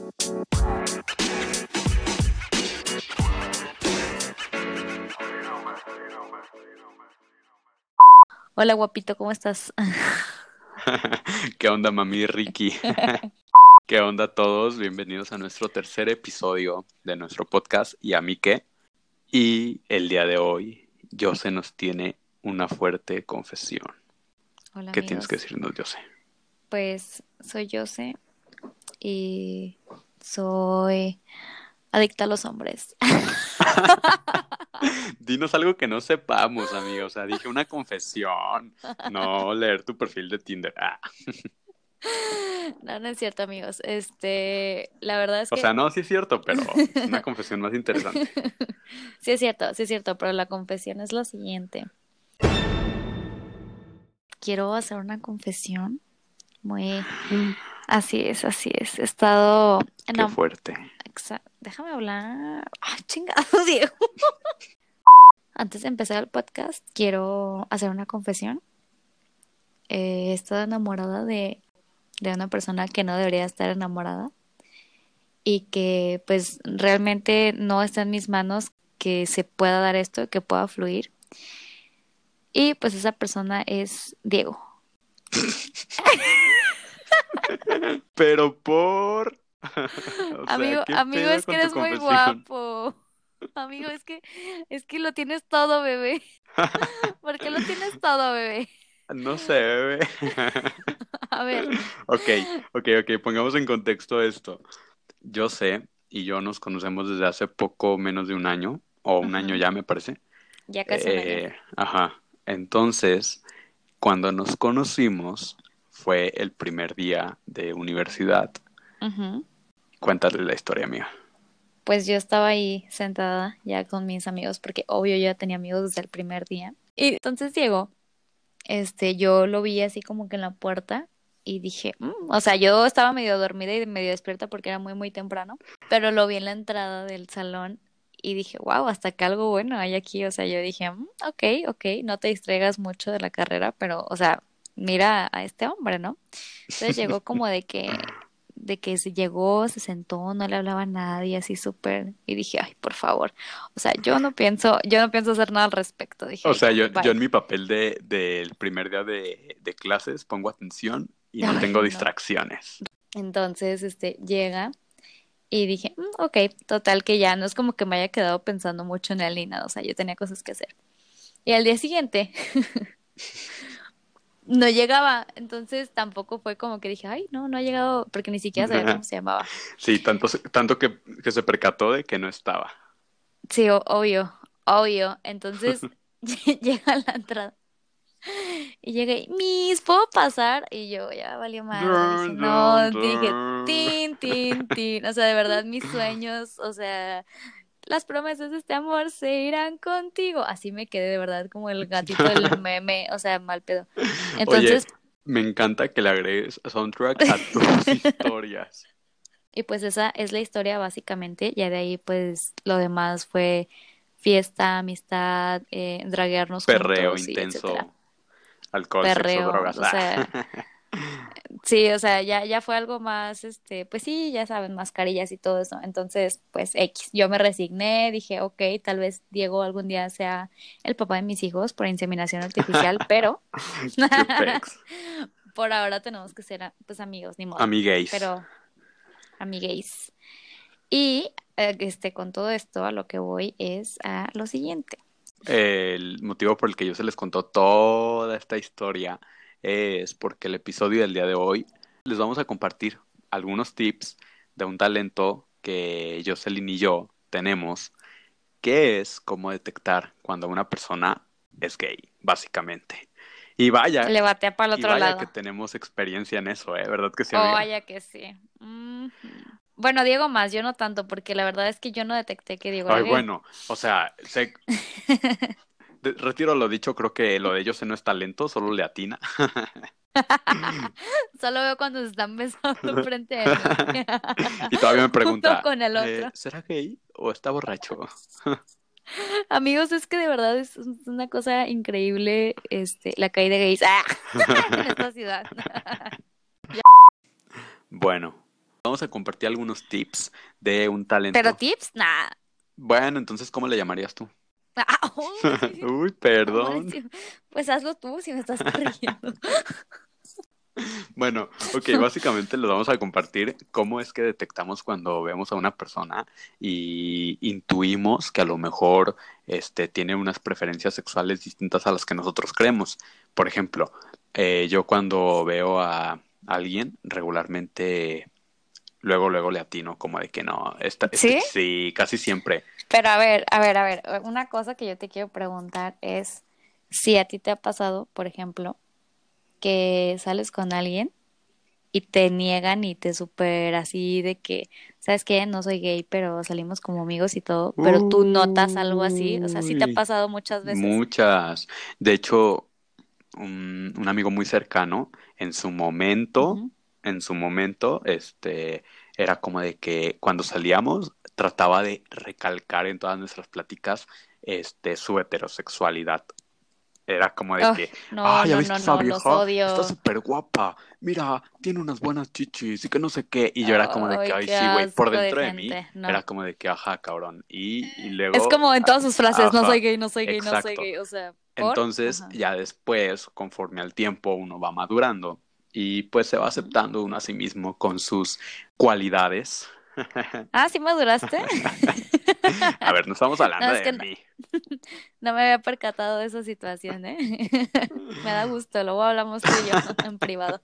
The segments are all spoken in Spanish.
Hola guapito, ¿cómo estás? ¿Qué onda, mami Ricky? ¿Qué onda a todos? Bienvenidos a nuestro tercer episodio de nuestro podcast ¿Y a mí qué? Y el día de hoy, Jose nos tiene una fuerte confesión. Hola ¿Qué tienes que amigos, decirnos, Jose? pues soy Yose y soy adicta a los hombres. Dinos algo que no sepamos, amigo. O sea, dije una confesión, no leer tu perfil de Tinder. No, no es cierto amigos. La verdad es O sea, que no, sí es cierto, pero una confesión más interesante. sí es cierto, pero la confesión es la siguiente. Quiero hacer una confesión muy... Así es. He estado... Qué No, fuerte. déjame hablar. Ay, chingado, Diego. Antes de empezar el podcast, quiero hacer una confesión. He estado enamorada de una persona que no debería estar enamorada y que pues realmente no está en mis manos que se pueda dar esto, que pueda fluir. Y pues esa persona es Diego. Pero por... O sea, ¿qué Amigo, pedo es que con tu eres muy confesión? guapo. Amigo, es que lo tienes todo, bebé. ¿Por qué lo tienes todo, bebé? No sé, bebé. A ver, Ok, ok, pongamos en contexto esto. Yo sé y yo nos conocemos desde hace poco menos de un año, o un año ujú, ya me parece. ya casi un año. Ajá. Entonces, cuando nos conocimos, fue el primer día de universidad. Ujú. Cuéntale la historia mía. Pues yo estaba ahí sentada ya con mis amigos, porque obvio yo ya tenía amigos desde el primer día. Y entonces Diego, yo lo vi así como que en la puerta y dije, o sea, yo estaba medio dormida y medio despierta porque era muy, muy temprano, pero lo vi en la entrada del salón y dije, wow, hasta que algo bueno hay aquí. O sea, yo dije, ok, no te distraigas mucho de la carrera, pero, o sea, mira a este hombre, ¿no? Entonces llegó como de que se llegó, se sentó, no le hablaba a nadie, así súper, y dije, ay, por favor. O sea, yo no pienso hacer nada al respecto. Dije, O ay, sea, ya, yo bye. en mi papel del primer día de clases pongo atención y no Ay, tengo no. distracciones. Entonces, llega y dije, ok, total que ya no es como que me haya quedado pensando mucho en él ni nada, o sea, yo tenía cosas que hacer. Y al día siguiente no llegaba, entonces tampoco fue como que dije, ay, no ha llegado, porque ni siquiera sabía cómo se llamaba. Sí, tanto que se percató de que no estaba. Sí, obvio. Entonces llega a la entrada y llega y, Miss, ¿puedo pasar? Y yo ya valió madre, dije, Dun, dun, no, dije, dun. tin. O sea, de verdad, mis sueños, o sea, las promesas de este amor se irán contigo. Así me quedé de verdad como el gatito del meme, o sea, mal pedo. Oye, Entonces, me encanta que le agregues soundtrack a tus historias. y pues esa es la historia básicamente. Ya de ahí, pues, lo demás fue fiesta, amistad, draguearnos Perreo juntos y etcétera. intenso, alcohol, sexo, Perreo, drogas. o sea, sí, o sea, ya fue algo más, pues sí, ya saben, mascarillas y todo eso. Entonces, pues X, yo me resigné, dije, ok, tal vez Diego algún día sea el papá de mis hijos por inseminación artificial, pero Qué pex. por ahora tenemos que ser, pues amigos, ni modo, Amigues. pero amigues. Y, con todo esto, a lo que voy es a lo siguiente. El motivo por el que yo se les contó toda esta historia es porque el episodio del día de hoy les vamos a compartir algunos tips de un talento que Jocelyn y yo tenemos, que es cómo detectar cuando una persona es gay, básicamente. Y vaya, Le batea para el y otro vaya que lado. tenemos experiencia en eso, ¿eh? ¿Verdad que sí, Oh, amiga? vaya que sí. Ujú. Bueno, Diego más, yo no tanto, porque la verdad es que yo no detecté que Diego era Ay, gay. bueno, o sea, retiro lo dicho, creo que lo de ellos no es talento, solo le atina. Solo veo cuando se están besando frente de mí. Y todavía me Uno pregunta, con el otro. ¿será gay o está borracho? Amigos, es que de verdad es una cosa increíble, la caída de gays en esta ciudad. Bueno, Vamos a compartir algunos tips de un Pero talento. tips, nada. Bueno, entonces, ¿cómo le llamarías tú? Ah, uy, Uy, perdón. Mauricio, pues hazlo tú si me estás corrigiendo. Bueno, ok, básicamente les vamos a compartir cómo es que detectamos cuando vemos a una persona y intuimos que a lo mejor tiene unas preferencias sexuales distintas a las que nosotros creemos. Por ejemplo, yo cuando veo a alguien regularmente, luego le atino como de que no, ¿Sí? sí, casi siempre. Pero a ver, una cosa que yo te quiero preguntar es si a ti te ha pasado, por ejemplo, que sales con alguien y te niegan y te super así de que, ¿sabes qué? No soy gay, pero salimos como amigos y todo, pero tú notas algo así, o sea, sí te ha Uy, pasado muchas veces. muchas. De hecho, un amigo muy cercano, en su momento, Ujú. en su momento, era como de que cuando salíamos trataba de recalcar en todas nuestras pláticas, su heterosexualidad. Era como de Ay, que, no, ¿ya no, viste no, esa no, los vieja? Está odio. súper guapa. Mira, tiene unas buenas chichis y que no sé qué. Y yo era como de que, Ay, ay, qué sí, güey. Por asco de dentro de mí gente, no. era como de que, ajá, cabrón. Y Es luego, como en todas sus frases, no soy ajá, gay, no soy gay, no soy exacto. gay, o sea, ¿por? Entonces, Ajá. ya después, conforme al tiempo, uno va madurando y pues se va Ujú. aceptando uno a sí mismo con sus cualidades. Ah, ¿sí maduraste? A ver, no estamos No, hablando es de que no, mí. no me había percatado de esa situación, ¿eh? Me da gusto, luego hablamos tú y yo en privado.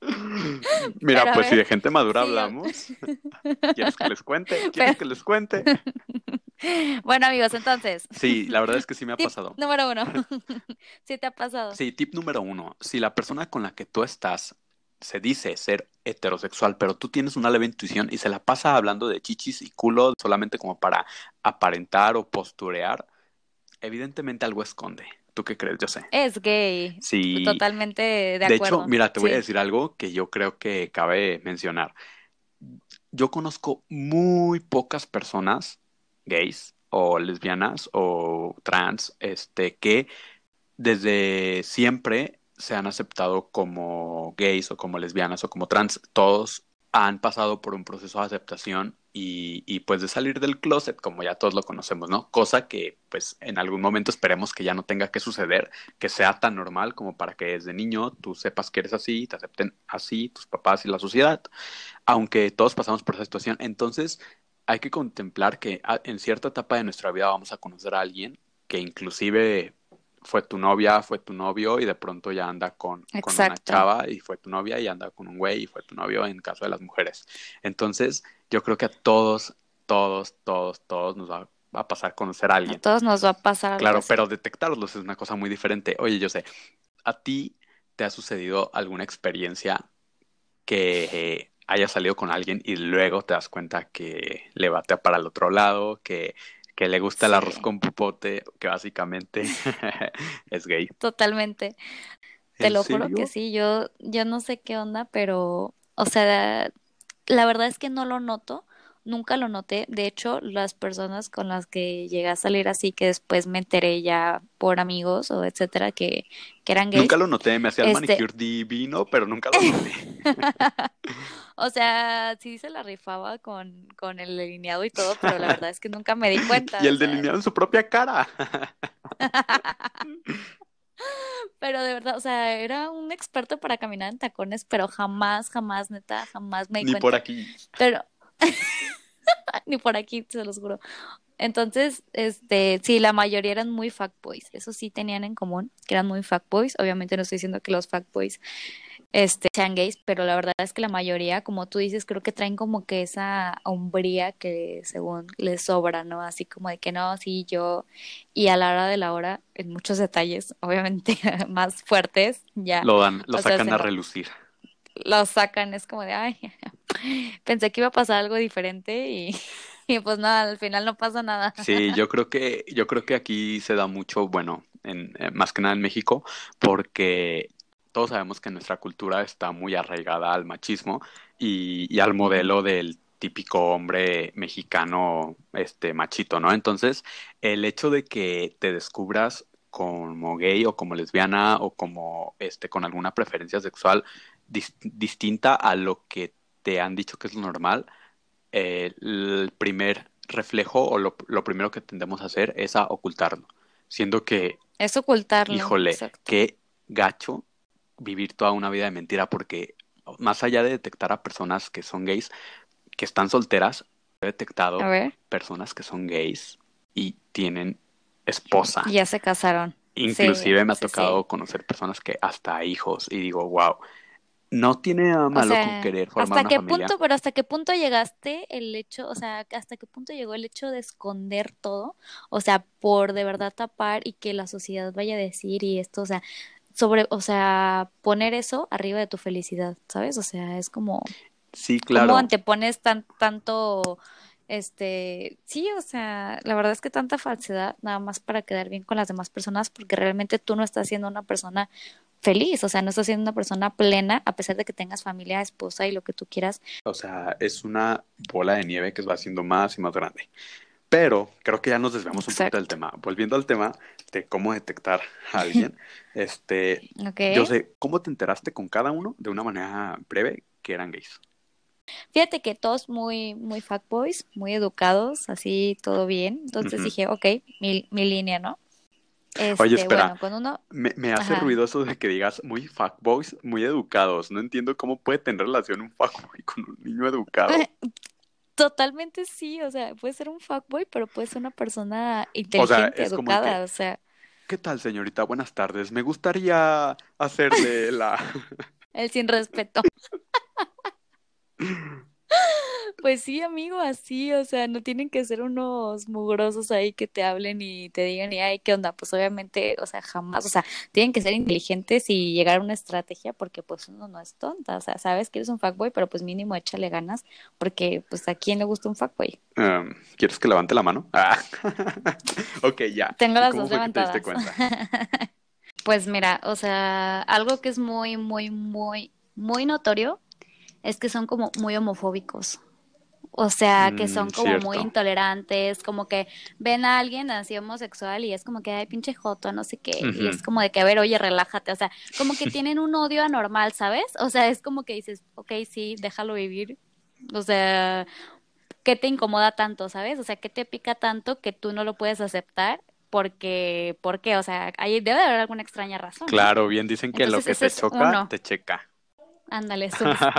Pero Mira, a pues si ver, de gente madura sí, hablamos, ¿quieres que les cuente? ¿Quieres pero que les cuente? bueno, amigos, entonces, Sí, la verdad es que sí me ha tip pasado. número uno. ¿Sí te ha pasado? Sí, tip número uno, si la persona con la que tú estás se dice ser heterosexual, pero tú tienes una leve intuición y se la pasa hablando de chichis y culo solamente como para aparentar o posturear, evidentemente algo esconde. ¿Tú qué crees? Yo sé. Es gay, Sí, totalmente de de hecho, acuerdo, mira, te voy a sí. decir algo que yo creo que cabe mencionar. Yo conozco muy pocas personas gays o lesbianas o trans, que desde siempre se han aceptado como gays o como lesbianas o como trans. Todos han pasado por un proceso de aceptación y pues de salir del closet, como ya todos lo conocemos, ¿no? Cosa que pues en algún momento esperemos que ya no tenga que suceder, que sea tan normal como para que desde niño tú sepas que eres así, te acepten así tus papás y la sociedad, aunque todos pasamos por esa situación. Entonces hay que contemplar que en cierta etapa de nuestra vida vamos a conocer a alguien que inclusive fue tu novia, fue tu novio y de pronto ya anda con una Exacto. chava y fue tu novia y anda con un güey y fue tu novio en caso de las mujeres. Entonces yo creo que a todos nos va a pasar conocer a A alguien. todos nos va a pasar algo Claro, así. pero detectarlos es una cosa muy diferente. Oye, yo sé, ¿a ti te ha sucedido alguna experiencia que hayas salido con alguien y luego te das cuenta que le batea para el otro lado, que le gusta el arroz Sí, con pupote, que básicamente es gay? totalmente. Te ¿En lo juro que serio? sí, yo no sé qué onda, pero, o sea, la verdad es que no lo noto, nunca lo noté. De hecho, las personas con las que llegué a salir así, que después me enteré ya por amigos o etcétera, que eran Nunca gays, lo noté, me hacía el este, manicure divino, pero nunca lo noté. o sea, sí se la rifaba con el delineado y todo, pero la verdad es que nunca me di Y cuenta, o el sea, delineado en su propia cara. pero de verdad, o sea, era un experto para caminar en tacones, pero jamás, jamás, neta, jamás me di Ni por cuenta. aquí. Pero ni por aquí, se los juro. Entonces, sí, la mayoría eran muy fuckboys. Eso sí tenían en común, que eran muy fuckboys. Obviamente no estoy diciendo que los fuckboys, sean gays, pero la verdad es que la mayoría, como tú dices, creo que traen como que esa hombría que según les sobra, ¿no? Así como de que no, sí, yo, y a la hora de la hora, en muchos detalles, obviamente más fuertes, ya, Lo o sea, sacan a relucir. los sacan, es como de, ay, pensé que iba a pasar algo diferente y, y pues nada, al final no pasa nada. Sí, yo creo que aquí se da mucho, bueno, más que nada en México, porque todos sabemos que nuestra cultura está muy arraigada al machismo y al Ujú. modelo del típico hombre mexicano, machito, ¿no? Entonces, el hecho de que te descubras como gay o como lesbiana o como con alguna preferencia sexual distinta a lo que te han dicho que es lo normal, el primer reflejo o lo primero que tendemos a hacer es a ocultarlo, siendo que, Es ocultarlo, híjole, exacto. qué gacho vivir toda una vida de mentira, porque más allá de detectar a personas que son gays, que están solteras, he A detectado ver, personas que son gays y tienen y esposa. ya se casaron. Sí, Inclusive me ha sí, sí. tocado conocer personas que hasta hijos y digo, wow, no tiene nada O malo con sea, querer formar ¿hasta una qué familia. punto, pero hasta qué punto llegaste el hecho, o sea, hasta qué punto llegó el hecho de esconder todo? O sea, por de verdad tapar y que la sociedad vaya a decir y esto, o sea, sobre, o sea, poner eso arriba de tu felicidad, ¿sabes? O sea, es como, Sí, ¿cómo claro. antepones tanto, sí, o sea, la verdad es que tanta falsedad nada más para quedar bien con las demás personas, porque realmente tú no estás siendo una persona feliz, o sea, no estás siendo una persona plena, a pesar de que tengas familia, esposa y lo que tú quieras. O sea, es una bola de nieve que se va haciendo más y más grande. Pero creo que ya nos desviamos un poquito del Exacto. tema. Volviendo al tema de cómo detectar a alguien, Ok. yo sé, ¿cómo te enteraste con cada uno de una manera breve que eran gays? Fíjate que todos muy fuckboys, muy educados, así todo bien. Entonces Ujú. dije, ok, mi línea, ¿no? Oye, espera, Bueno, con uno, me hace ajá. ruido eso de que digas muy fuckboys, muy educados. No entiendo cómo puede tener relación un fuckboy con un niño educado. Totalmente sí, o sea, puede ser un fuckboy, pero puede ser una persona O sea, inteligente, es como de que, educada, o sea, ¿qué tal, señorita? Buenas tardes. Me gustaría hacerle la... él sin respeto. Pues sí, amigo, así, o sea, no tienen que ser unos mugrosos ahí que te hablen y te digan, y ay, ¿qué onda? Pues obviamente, o sea, jamás, o sea, tienen que ser inteligentes y llegar a una estrategia porque pues uno no es tonta, o sea, sabes que eres un fuckboy, pero pues mínimo échale ganas porque pues a quién le gusta un fuckboy. ¿Quieres que levante la mano? Ah. Ok, ya. Tengo ¿Y las cómo dos fue que te diste levantadas. cuenta? Pues mira, o sea, algo que es muy notorio es que son como muy homofóbicos. O sea, que son como muy Cierto. intolerantes, como que ven a alguien así homosexual y es como que, ay, pinche joto, no sé qué, y Ujú. es como de que, a ver, oye, relájate, o sea, como que tienen un odio anormal, ¿sabes? O sea, es como que dices, ok, sí, déjalo vivir, o sea, ¿qué te incomoda tanto, sabes? O sea, ¿qué te pica tanto que tú no lo puedes aceptar? Porque, ¿por qué? O sea, ahí debe de haber alguna extraña razón, ¿no? Claro, bien dicen que lo Entonces, que ese te es choca, uno. te checa. Ándale, subs.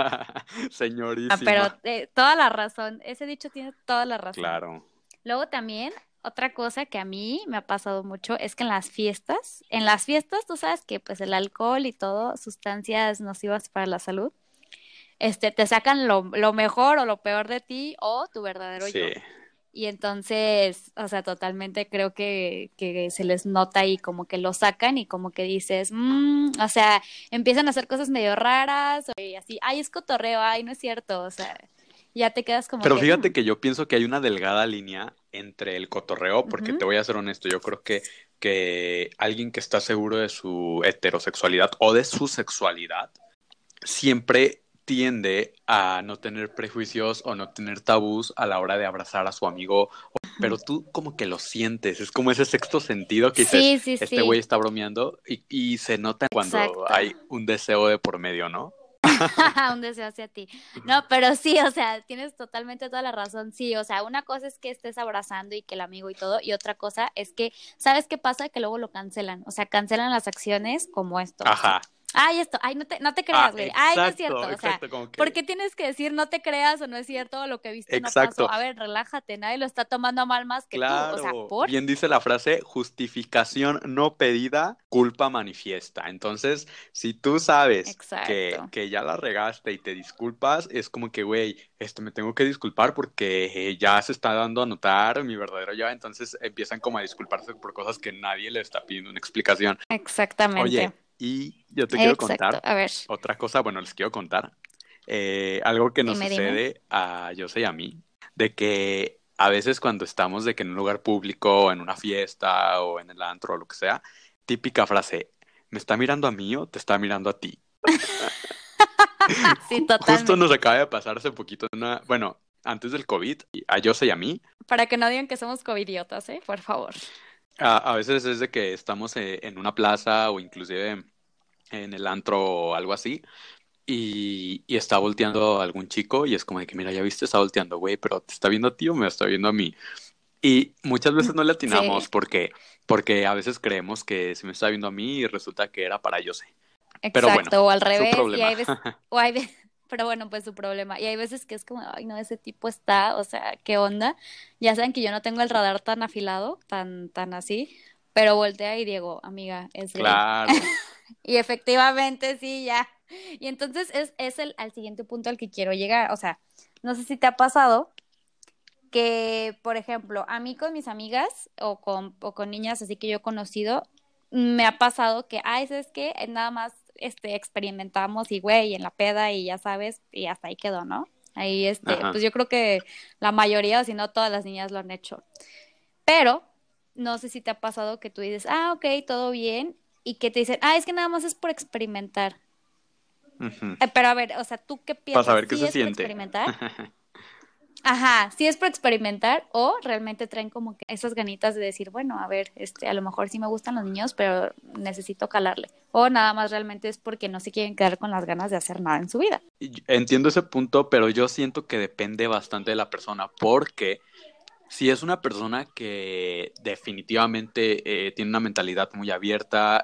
Pero Señorísima. toda la razón, ese dicho tiene toda la razón. Claro. Luego también, otra cosa que a mí me ha pasado mucho es que en las fiestas, tú sabes que pues el alcohol y todo, sustancias nocivas para la salud, te sacan lo mejor o lo peor de ti o tu verdadero Sí. yo. Y entonces, o sea, totalmente creo que se les nota y como que lo sacan y como que dices, o sea, empiezan a hacer cosas medio raras y así, ay, es cotorreo, ay, no es cierto, o sea, ya te quedas como Pero que, fíjate que yo pienso que hay una delgada línea entre el cotorreo, porque ujú, te voy a ser honesto, yo creo que alguien que está seguro de su heterosexualidad o de su sexualidad siempre tiende a no tener prejuicios o no tener tabús a la hora de abrazar a su amigo, ujú. pero tú como que lo sientes, es como ese sexto sentido que dices, Sí, sí, este güey sí, está bromeando y se nota cuando exacto. hay un deseo de por medio, ¿no? Un deseo hacia ti. No, pero sí, o sea, tienes totalmente toda la razón. Sí, o sea, una cosa es que estés abrazando y que el amigo y todo, y otra cosa es que, ¿sabes qué pasa? Que luego lo cancelan. O sea, cancelan las acciones como esto. O sea, Ajá. ay, esto, ay, no te Ah, creas, güey. Ay, no es exacto, cierto. O sea, exacto, como ¿por que, qué tienes que decir no te creas o no es cierto? Lo que viste no pasó. exacto. A ver, relájate, nadie lo está tomando a mal más que tú. O sea, Claro, ¿por? bien dice la frase, justificación no pedida, culpa manifiesta. Entonces, si tú sabes Exacto. que ya la regaste y te disculpas, es como que, güey, me tengo que disculpar porque ya se está dando a notar mi verdadero yo. Entonces empiezan como a disculparse por cosas que nadie le está pidiendo una explicación. Exactamente. Oye, y yo te quiero Exacto. contar A ver, otra cosa, bueno, les quiero contar algo que nos dime. sucede a Jose y a mí, de que a veces cuando estamos de que en un lugar público, o en una fiesta, o en el antro, o lo que sea, típica frase, ¿me está mirando a mí o te está mirando a ti? Sí, Justo nos totalmente. acaba de pasar hace poquito, bueno, antes del COVID, a Jose y a mí, Para que no digan que somos covidiotas, ¿eh? Por favor. a veces es de que estamos en una plaza o inclusive en el antro o algo así, y está volteando a algún chico y es como de que, mira, ya viste, está volteando, güey, pero ¿te está viendo a ti o me está viendo a mí? Y muchas veces no le Sí, atinamos porque a veces creemos que se me está viendo a mí y resulta que era para yo sé. Pero bueno, exacto, o al su revés, y problema. hay veces, o hay veces, pero bueno, pues su problema, y hay veces que es como, ay, no, ese tipo está, o sea, ¿qué onda? Ya saben que yo no tengo el radar tan afilado, tan así, pero voltea y Diego, amiga, es gay. Claro. Y efectivamente, sí, ya. Y entonces es al siguiente punto al que quiero llegar, o sea, no sé si te ha pasado que, por ejemplo, a mí con mis amigas o con niñas así que yo he conocido, me ha pasado que, ay, ¿sabes qué? Nada más experimentamos y güey, en la peda y ya sabes, y hasta ahí quedó, ¿no? Ahí, Ajá. pues yo creo que la mayoría, o si no todas las niñas lo han hecho. Pero no sé si te ha pasado que tú dices, ah, ok, todo bien, y que te dicen, ah, es que nada más es por experimentar. Ujú. Pero a ver, o sea, ¿tú qué Para piensas? saber qué ¿Sí se es por siente. experimentar? Ajá, sí es por experimentar o realmente traen como que esas ganitas de decir, bueno, a ver, a lo mejor sí me gustan los niños, pero necesito calarle. O nada más realmente es porque no se quieren quedar con las ganas de hacer nada en su vida. Entiendo ese punto, pero yo siento que depende bastante de la persona, porque si es una persona que definitivamente tiene una mentalidad muy abierta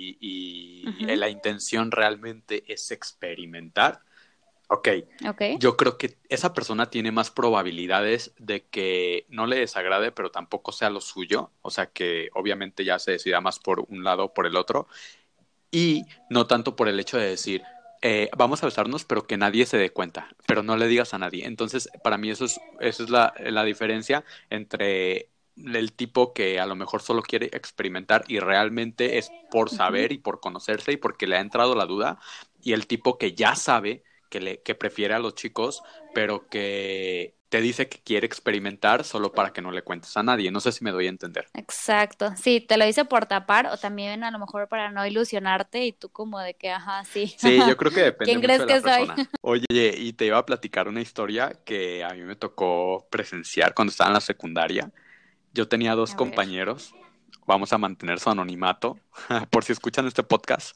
y Ujú, la intención realmente es experimentar, ok, ok, yo creo que esa persona tiene más probabilidades de que no le desagrade, pero tampoco sea lo suyo, o sea que obviamente ya se decida más por un lado o por el otro, y no tanto por el hecho de decir, vamos a besarnos, pero que nadie se dé cuenta, pero no le digas a nadie. Entonces, para mí eso es la diferencia entre el tipo que a lo mejor solo quiere experimentar y realmente es por ujú. saber y por conocerse y porque le ha entrado la duda, y el tipo que ya sabe que prefiere a los chicos, pero que te dice que quiere experimentar solo para que no le cuentes a nadie. No sé si me doy a entender. Exacto. Sí, te lo hice por tapar o también a lo mejor para no ilusionarte y tú como de que, ajá, sí. Sí, yo creo que depende ¿Quién mucho crees de la que soy? persona. Oye, y te iba a platicar una historia que a mí me tocó presenciar cuando estaba en la secundaria. Yo tenía dos A ver. compañeros, vamos a mantener su anonimato, por si escuchan este podcast,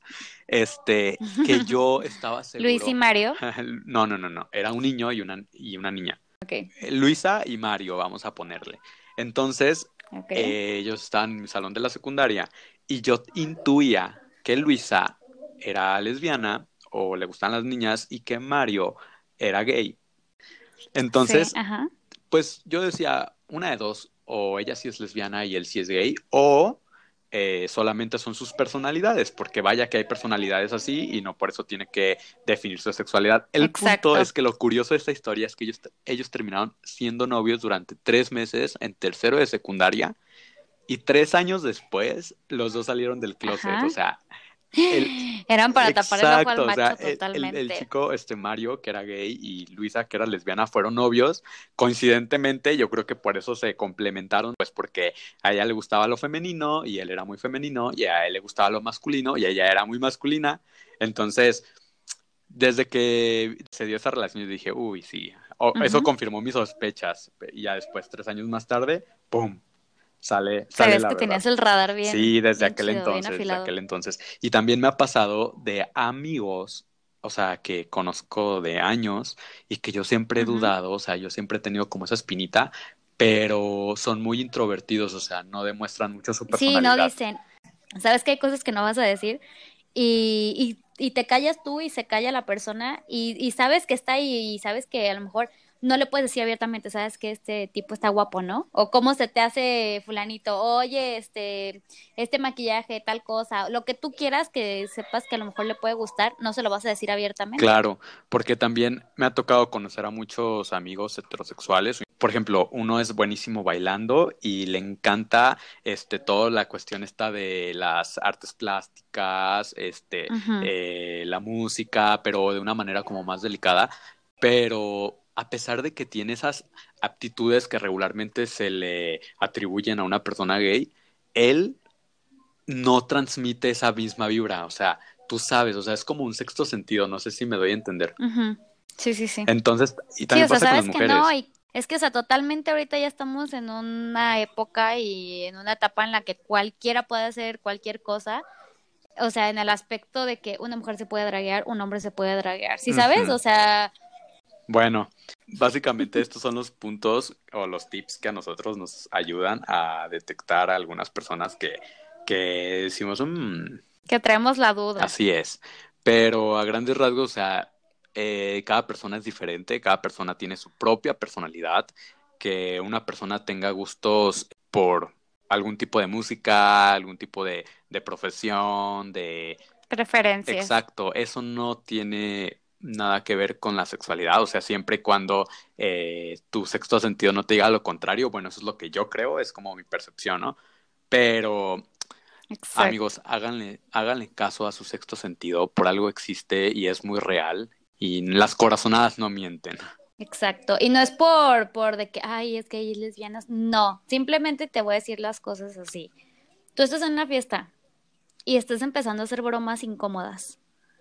que yo estaba Luis y seguro. Mario. No, no, no, no, era un niño y una niña. Ok, Luisa y Mario, vamos a ponerle. Entonces, ok. ellos estaban en mi salón de la secundaria y yo intuía que Luisa era lesbiana o le gustan las niñas y que Mario era gay. Sí, Entonces, ajá. pues yo decía, una de dos, o ella sí es lesbiana y él sí es gay, o solamente son sus personalidades, porque vaya que hay personalidades así y no por eso tiene que definir su sexualidad. El punto Exacto. es que lo curioso de esta historia es que ellos terminaron siendo novios durante 3 meses en tercero de secundaria y 3 años después los dos salieron del closet. O Ajá. sea, el, Eran para tapar el ojo al exacto, o sea, macho el totalmente. chico, Mario, que era gay, y Luisa, que era lesbiana, fueron novios. Coincidentemente, yo creo que por eso se complementaron, pues porque a ella le gustaba lo femenino y él era muy femenino, y a él le gustaba lo masculino y ella era muy masculina. Entonces, desde que se dio esa relación, yo dije, uy, sí, eso Ujú. confirmó mis sospechas. Y ya después, 3 años más tarde, ¡pum! Sale Sabías la que verdad. tenías el radar Sí, bien chido, bien desde afilado. aquel entonces. Y también me ha pasado de amigos, o sea, que conozco de años y que yo siempre he Ujú. dudado, o sea, yo siempre he tenido como esa espinita, pero son muy introvertidos, o sea, no demuestran mucho su Sí, no personalidad. dicen. Sabes que hay cosas que no vas a decir y te callas tú y se calla la persona y sabes que está ahí y sabes que a lo mejor no le puedes decir abiertamente, sabes que este tipo está guapo, ¿no? O cómo se te hace fulanito, oye, este maquillaje, tal cosa, lo que tú quieras que sepas que a lo mejor le puede gustar, no se lo vas a decir abiertamente. Claro, porque también me ha tocado conocer a muchos amigos heterosexuales. Por ejemplo, uno es buenísimo bailando y le encanta toda la cuestión esta de las artes plásticas, Ujú. la música, pero de una manera como más delicada. Pero a pesar de que tiene esas aptitudes que regularmente se le atribuyen a una persona gay, él no transmite esa misma vibra, o sea, tú sabes, o sea, es como un sexto sentido, no sé si me doy a entender. Ujú. Sí, sí, sí. Entonces, y Sí, también o sea, pasa con las sabes que no, mujeres. y es que, o sea, totalmente ahorita ya estamos en una época y en una etapa en la que cualquiera puede hacer cualquier cosa O sea, en el aspecto de que una mujer se puede draguear, un hombre se puede draguear. ¿Sí sabes? Ujú. O sea, Bueno, básicamente estos son los puntos o los tips que a nosotros nos ayudan a detectar a algunas personas que decimos, que traemos la duda. así es. Pero a grandes rasgos, o sea, cada persona es diferente, cada persona tiene su propia personalidad, que una persona tenga gustos por algún tipo de música, algún tipo de profesión, de... Preferencias. Exacto, eso no tiene nada que ver con la sexualidad, o sea, siempre y cuando tu sexto sentido no te diga lo contrario, bueno, eso es lo que yo creo, es como mi percepción, ¿no? Pero Exacto. amigos, háganle caso a su sexto sentido, por algo existe y es muy real, y las corazonadas no mienten. Exacto. Y no es por de que, ay, es que hay lesbianas. No, simplemente te voy a decir las cosas así. Tú estás en una fiesta y estás empezando a hacer bromas incómodas.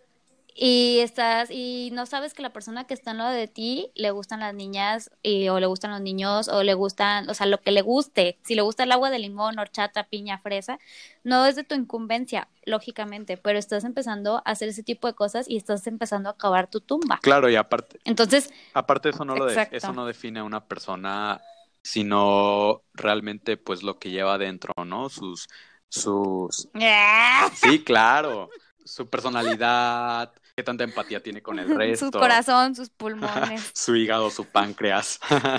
Y no sabes que la persona que está en lo de ti le gustan las niñas o le gustan los niños o le gustan, o sea, lo que le guste. Si le gusta el agua de limón, horchata, piña, fresa, no es de tu incumbencia, lógicamente, pero estás empezando a hacer ese tipo de cosas y estás empezando a cavar tu tumba. Claro, y aparte, Entonces, aparte eso no eso exacto. no define a una persona, sino realmente pues lo que lleva adentro, ¿no? Sus, sí, claro, su personalidad, qué tanta empatía tiene con el Su resto, corazón, sus pulmones. su hígado, su páncreas.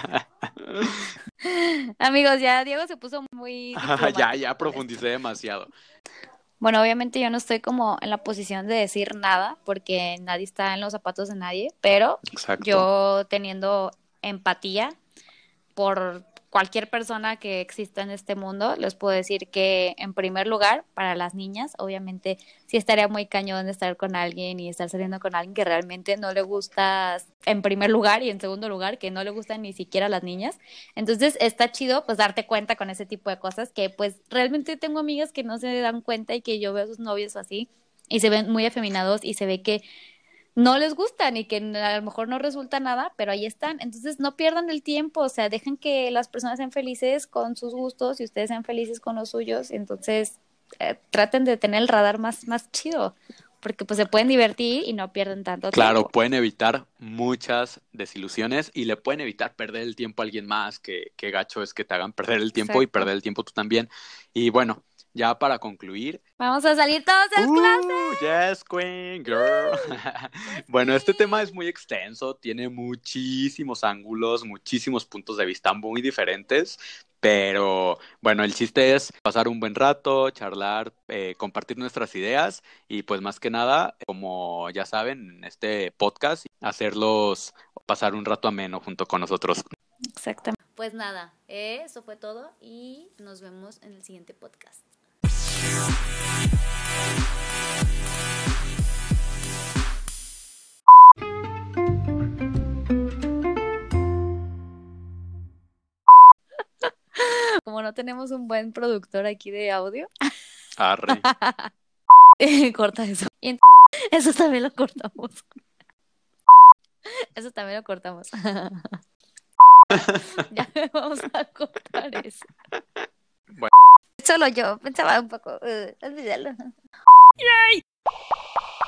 Amigos, ya Diego se puso muy Ya diplomático con esto. profundicé demasiado. Bueno, obviamente yo no estoy como en la posición de decir nada porque nadie está en los zapatos de nadie, pero Exacto. yo teniendo empatía por cualquier persona que exista en este mundo, les puedo decir que en primer lugar, para las niñas, obviamente sí estaría muy cañón estar con alguien y estar saliendo con alguien que realmente no le gusta en primer lugar y en segundo lugar que no le gustan ni siquiera a las niñas. Entonces está chido pues darte cuenta con ese tipo de cosas que pues realmente tengo amigas que no se dan cuenta y que yo veo a sus novios así y se ven muy afeminados y se ve que no les gustan y que a lo mejor no resulta nada, pero ahí están. Entonces no pierdan el tiempo, o sea, dejen que las personas sean felices con sus gustos y ustedes sean felices con los suyos. Entonces traten de tener el radar más chido, porque pues se pueden divertir y no pierden tanto Claro, tiempo. pueden evitar muchas desilusiones y le pueden evitar perder el tiempo a alguien más, que gacho es que te hagan perder el tiempo y Exacto. perder el tiempo tú también. Y bueno, ya para concluir, Vamos a salir todos del closet. yes, Queen Girl. Yes, Bueno, este tema es queen. muy extenso, tiene muchísimos ángulos, muchísimos puntos de vista muy diferentes, pero bueno, el chiste es pasar un buen rato, charlar, compartir nuestras ideas y pues más que nada, como ya saben, en este podcast, hacerlos pasar un rato ameno junto con nosotros. Exactamente. Pues nada, eso fue todo y nos vemos en el siguiente podcast. Como no tenemos un buen productor aquí de audio, Arre. corta eso. Y eso también lo cortamos. Eso también lo cortamos. Ya vamos a cortar eso. Bueno. Solo yo pensaba un poco, olvídalo.